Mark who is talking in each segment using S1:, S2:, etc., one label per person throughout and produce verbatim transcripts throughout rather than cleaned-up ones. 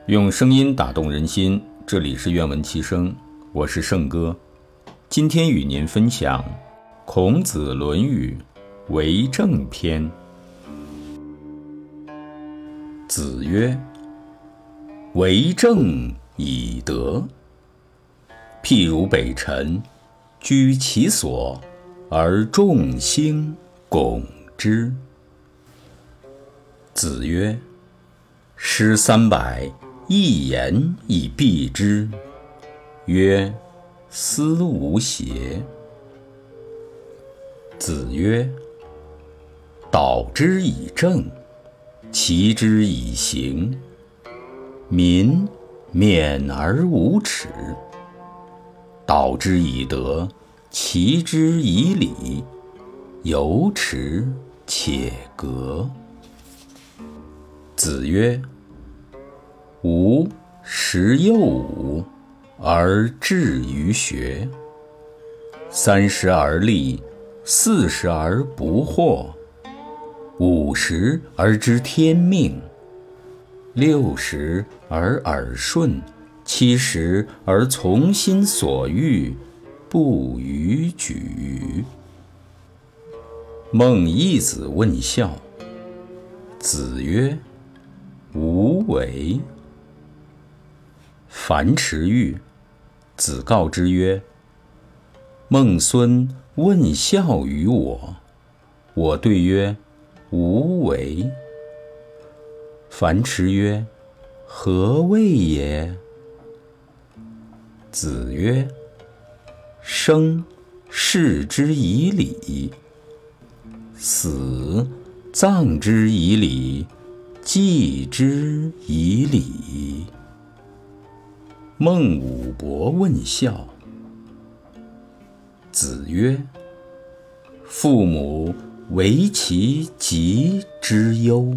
S1: 用声音打动人心，这里是愿闻其声，我是圣哥。今天与您分享孔子《论语·为政篇》。子曰：为政以德，譬如北辰，居其所而众星拱之。子曰：诗三百，一言以蔽之。曰：斯无邪。子曰：导之以政，齐之以刑，民免而无耻；导之以德，齐之以礼，有耻且格。子曰：吾十有五而志于学，三十而立，四十而不惑，五十而知天命，六十而耳顺，七十而从心所欲，不逾矩。孟懿子问孝，子曰：无为。樊迟愈，子告之曰：孟孙问孝于我，我对曰：无为。樊迟曰：何谓也？子曰：生事之以礼，死葬之以礼，祭之以礼。孟武伯问孝，子曰：父母为其疾之忧。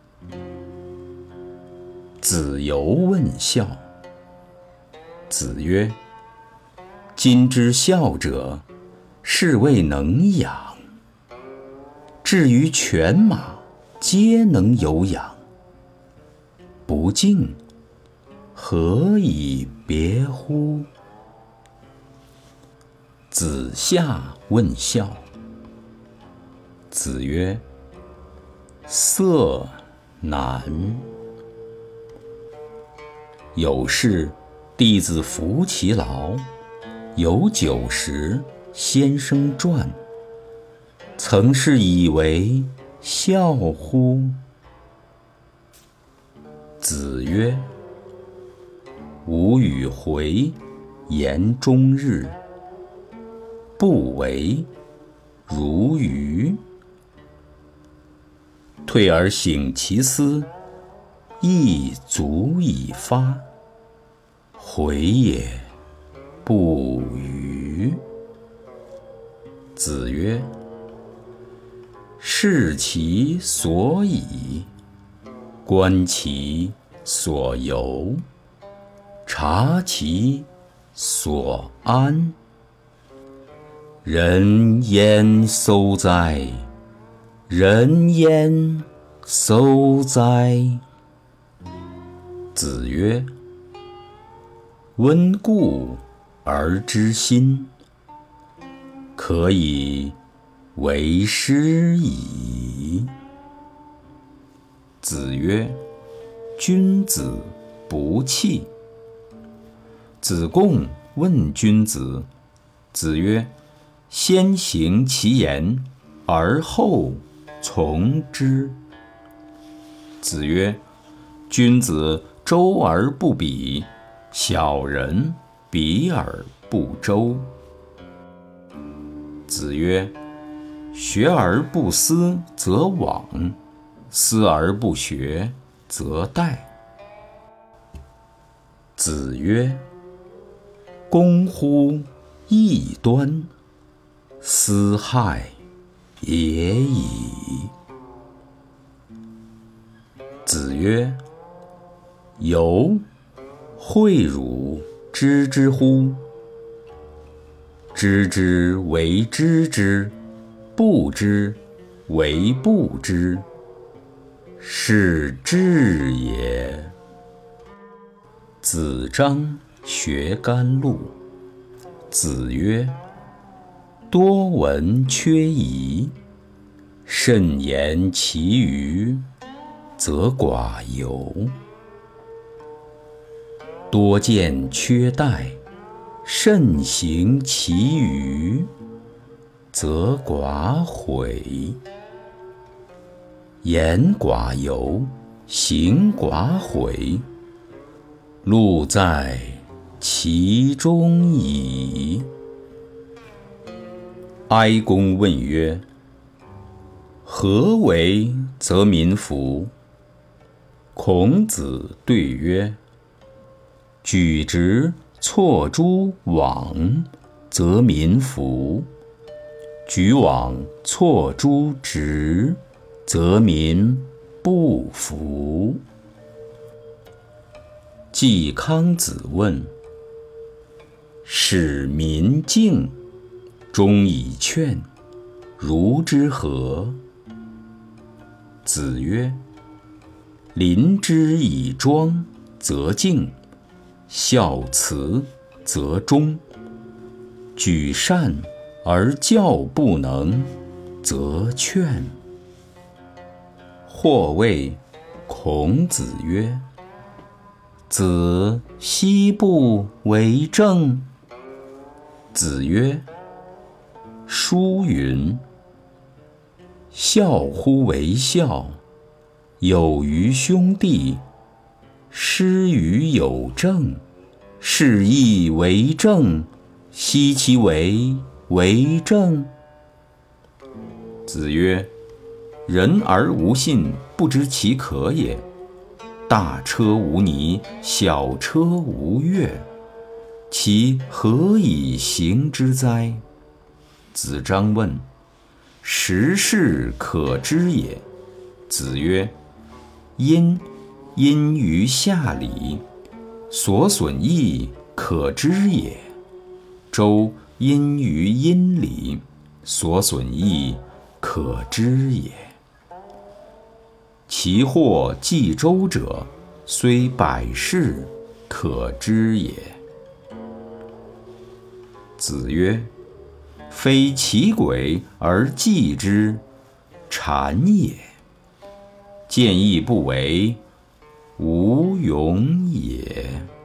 S1: 子游问孝，子曰：今之孝者，是谓能养。至于犬马，皆能有养，不敬，何以别乎？子夏问孝，子曰：色难。有事，弟子服其劳；有酒食，先生馔。曾是以为孝乎？子曰：吾与回言终日，不为如愚。退而省其思，亦足以发。回也不愚。子曰：视其所以，观其所由，察其所安。人焉廋哉？人焉廋哉？子曰：温故而知新，可以为师矣。子曰：君子不器。子贡问君子，子曰：先行其言，而后从之。子曰：君子周而不比，小人比而不周。子曰：学而不思则罔，思而不学则殆。子曰：攻乎异端，斯害也已。子曰：由诲汝知之乎？知之为知之，不知为不知，是知也。 子张学甘露。子曰：多闻缺仪，慎言其余，则寡尤；多见缺殆，慎行其余，则寡悔。言寡尤，行寡悔，路在其中矣。哀公问曰：何为则民服？孔子对曰：举直错诸枉，则民服；举枉错诸直，则民不服。季康子问：使民敬，忠以劝，如之何？子曰：临之以庄，则敬；孝慈，则忠；举善而教不能，则劝。或谓孔子曰：子奚不为政？子曰：书云：孝乎为孝，有于兄弟，施于有政，是亦为政。奚其为为政？子曰：人而无信，不知其可也。大车无泥，小车无月，其何以行之哉？子张问：十事可知也？子曰：殷殷于下礼，所损益可知也；周殷于殷礼，所损益可知也。其或冀周者，虽百世，可知也。子曰：非其鬼而祭之，谄也；见义不为，无勇也。